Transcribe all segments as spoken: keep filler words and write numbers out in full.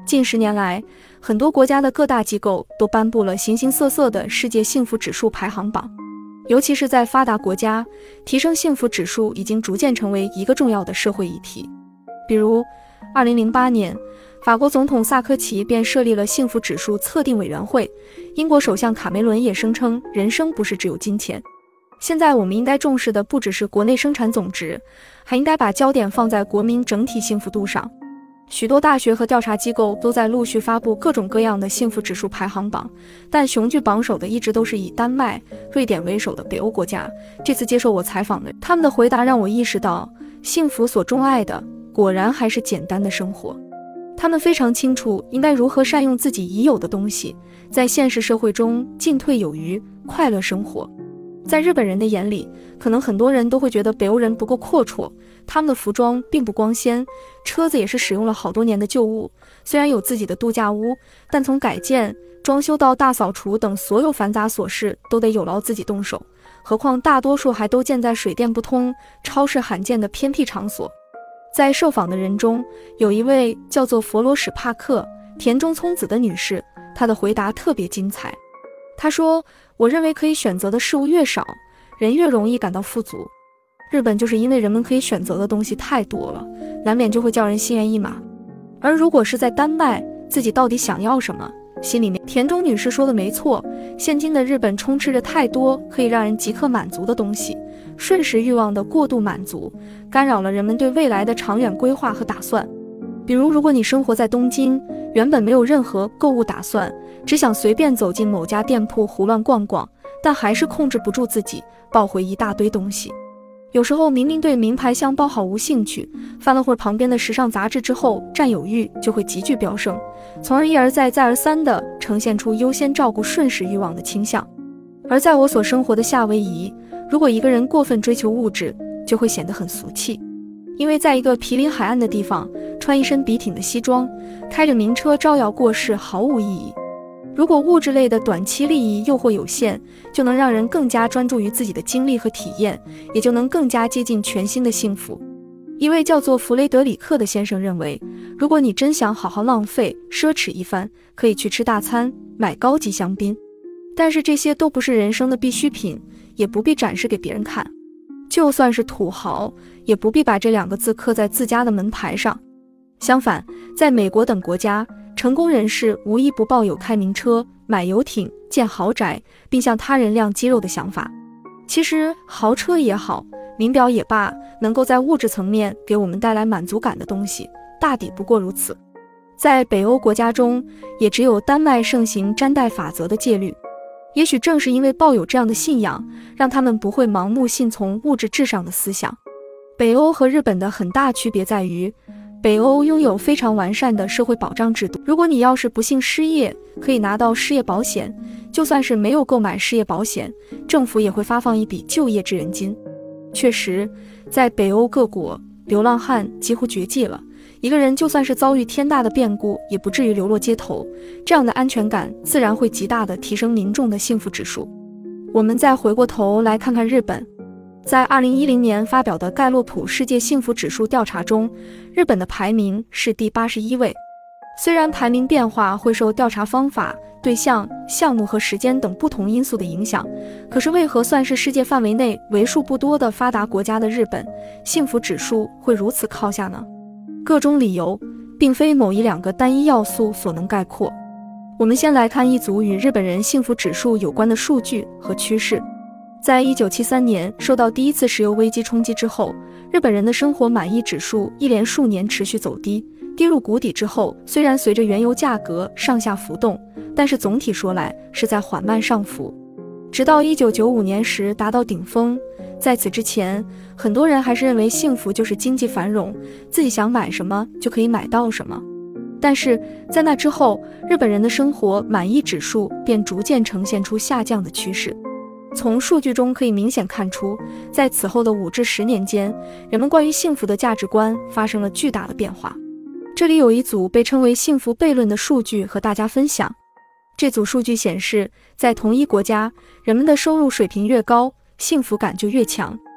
近十年来，很多国家的各大机构都颁布了形形色色的世界幸福指数排行榜。尤其是在发达国家，提升幸福指数已经逐渐成为一个重要的社会议题。比如二零零八年，法国总统萨科齐便设立了幸福指数测定委员会，英国首相卡梅伦也声称人生不是只有金钱。现在我们应该重视的不只是国内生产总值，还应该把焦点放在国民整体幸福度上。许多大学和调查机构都在陆续发布各种各样的幸福指数排行榜，但雄踞榜首的一直都是以丹麦、瑞典为首的北欧国家。这次接受我采访的他们的回答让我意识到，幸福所钟爱的果然还是简单的生活。他们非常清楚应该如何善用自己已有的东西，在现实社会中进退有余，快乐生活。在日本人的眼里，可能很多人都会觉得北欧人不够阔绰，他们的服装并不光鲜，车子也是使用了好多年的旧物。虽然有自己的度假屋，但从改建、装修到大扫除等所有繁杂琐事都得有劳自己动手，何况大多数还都建在水电不通、超市罕见的偏僻场所。在受访的人中，有一位叫做佛罗史帕克田中聪子的女士，她的回答特别精彩。她说，我认为可以选择的事物越少，人越容易感到富足。日本就是因为人们可以选择的东西太多了，难免就会叫人心猿意马。而如果是在丹麦，自己到底想要什么，心里面田中女士说的没错，现今的日本充斥着太多可以让人即刻满足的东西，瞬时欲望的过度满足干扰了人们对未来的长远规划和打算。比如如果你生活在东京，原本没有任何购物打算，只想随便走进某家店铺胡乱逛逛，但还是控制不住自己抱回一大堆东西。有时候明明对名牌箱包毫无兴趣，翻了会儿旁边的时尚杂志之后，占有欲就会急剧飙升，从而一而再再而三地呈现出优先照顾瞬时欲望的倾向。而在我所生活的夏威夷，如果一个人过分追求物质，就会显得很俗气。因为在一个毗邻海岸的地方，穿一身笔挺的西装，开着名车招摇过市毫无意义。如果物质类的短期利益诱惑有限，就能让人更加专注于自己的经历和体验，也就能更加接近全新的幸福。一位叫做弗雷德里克的先生认为，如果你真想好好浪费奢侈一番，可以去吃大餐，买高级香槟，但是这些都不是人生的必需品，也不必展示给别人看。就算是土豪，也不必把这两个字刻在自家的门牌上。相反，在美国等国家，成功人士无一不抱有开名车、买游艇、建豪宅，并向他人亮肌肉的想法。其实豪车也好，名表也罢，能够在物质层面给我们带来满足感的东西，大抵不过如此。在北欧国家中，也只有丹麦盛行詹代法则的戒律。也许正是因为抱有这样的信仰，让他们不会盲目信从物质至上的思想。北欧和日本的很大区别在于，北欧拥有非常完善的社会保障制度，如果你要是不幸失业，可以拿到失业保险，就算是没有购买失业保险，政府也会发放一笔就业支援金。确实，在北欧各国，流浪汉几乎绝迹了，一个人就算是遭遇天大的变故，也不至于流落街头，这样的安全感自然会极大地提升民众的幸福指数。我们再回过头来看看日本，在二零一零年发表的盖洛普世界幸福指数调查中，日本的排名是第八十一位。虽然排名变化会受调查方法、对象、项目和时间等不同因素的影响，可是为何算是世界范围内为数不多的发达国家的日本，幸福指数会如此靠下呢？各种理由并非某一两个单一要素所能概括。我们先来看一组与日本人幸福指数有关的数据和趋势。在一九七三年受到第一次石油危机冲击之后，日本人的生活满意指数一连数年持续走低，跌入谷底之后，虽然随着原油价格上下浮动，但是总体说来是在缓慢上浮。直到一九九五年时达到顶峰，在此之前，很多人还是认为幸福就是经济繁荣，自己想买什么就可以买到什么。但是在那之后，日本人的生活满意指数便逐渐呈现出下降的趋势。从数据中可以明显看出，在此后的五至十年间，人们关于幸福的价值观发生了巨大的变化。这里有一组被称为幸福悖论的数据和大家分享。这组数据显示，在同一国家，人们的收入水平越高，幸福感就越强。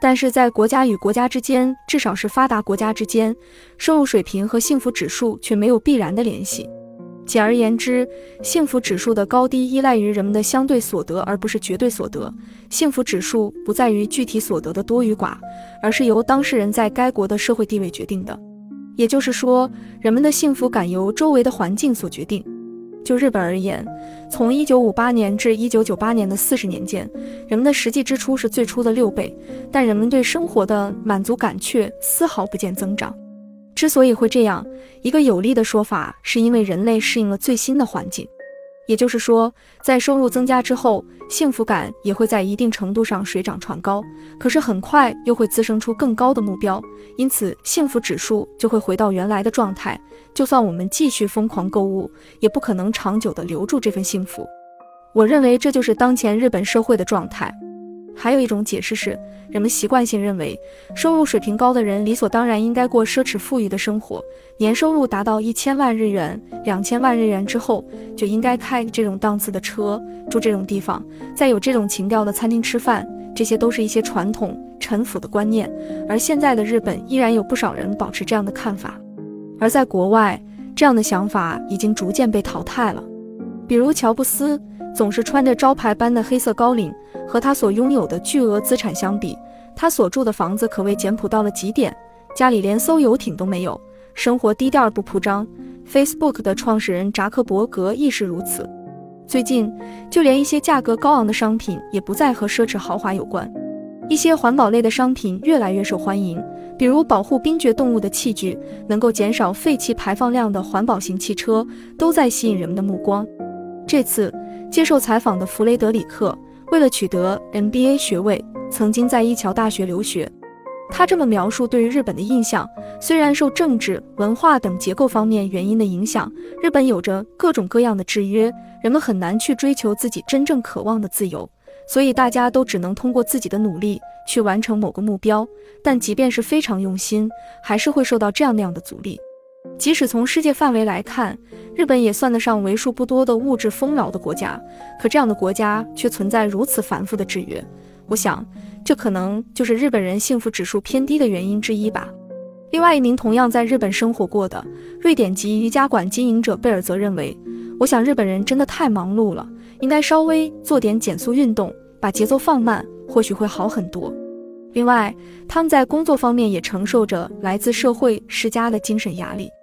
但是在国家与国家之间，至少是发达国家之间，收入水平和幸福指数却没有必然的联系。简而言之，幸福指数的高低依赖于人们的相对所得，而不是绝对所得。幸福指数不在于具体所得的多与寡，而是由当事人在该国的社会地位决定的。也就是说，人们的幸福感由周围的环境所决定。就日本而言，从一九五八年至一九九八年的四十年间，人们的实际支出是最初的六倍，但人们对生活的满足感却丝毫不见增长。之所以会这样，一个有力的说法是因为人类适应了最新的环境。也就是说，在收入增加之后，幸福感也会在一定程度上水涨船高，可是很快又会滋生出更高的目标，因此幸福指数就会回到原来的状态。就算我们继续疯狂购物，也不可能长久地留住这份幸福。我认为这就是当前日本社会的状态。还有一种解释是，人们习惯性认为收入水平高的人理所当然应该过奢侈富裕的生活，年收入达到一千万日元、两千万日元之后，就应该开这种档次的车，住这种地方，在有这种情调的餐厅吃饭。这些都是一些传统陈腐的观念，而现在的日本依然有不少人保持这样的看法。而在国外，这样的想法已经逐渐被淘汰了。比如乔布斯总是穿着招牌般的黑色高领，和他所拥有的巨额资产相比，他所住的房子可谓简朴到了极点，家里连艘游艇都没有，生活低调而不铺张。 Facebook 的创始人扎克伯格亦是如此。最近，就连一些价格高昂的商品也不再和奢侈豪华有关，一些环保类的商品越来越受欢迎，比如保护冰绝动物的器具，能够减少废气排放量的环保型汽车，都在吸引人们的目光。这次接受采访的弗雷德里克为了取得 M B A 学位，曾经在伊桥大学留学。他这么描述对于日本的印象：虽然受政治、文化等结构方面原因的影响，日本有着各种各样的制约，人们很难去追求自己真正渴望的自由，所以大家都只能通过自己的努力去完成某个目标，但即便是非常用心，还是会受到这样那样的阻力。即使从世界范围来看，日本也算得上为数不多的物质丰饶的国家，可这样的国家却存在如此繁复的制约，我想这可能就是日本人幸福指数偏低的原因之一吧。另外一名同样在日本生活过的瑞典籍瑜伽馆经营者贝尔则认为，我想日本人真的太忙碌了，应该稍微做点减速运动，把节奏放慢，或许会好很多。另外，他们在工作方面也承受着来自社会施加的精神压力。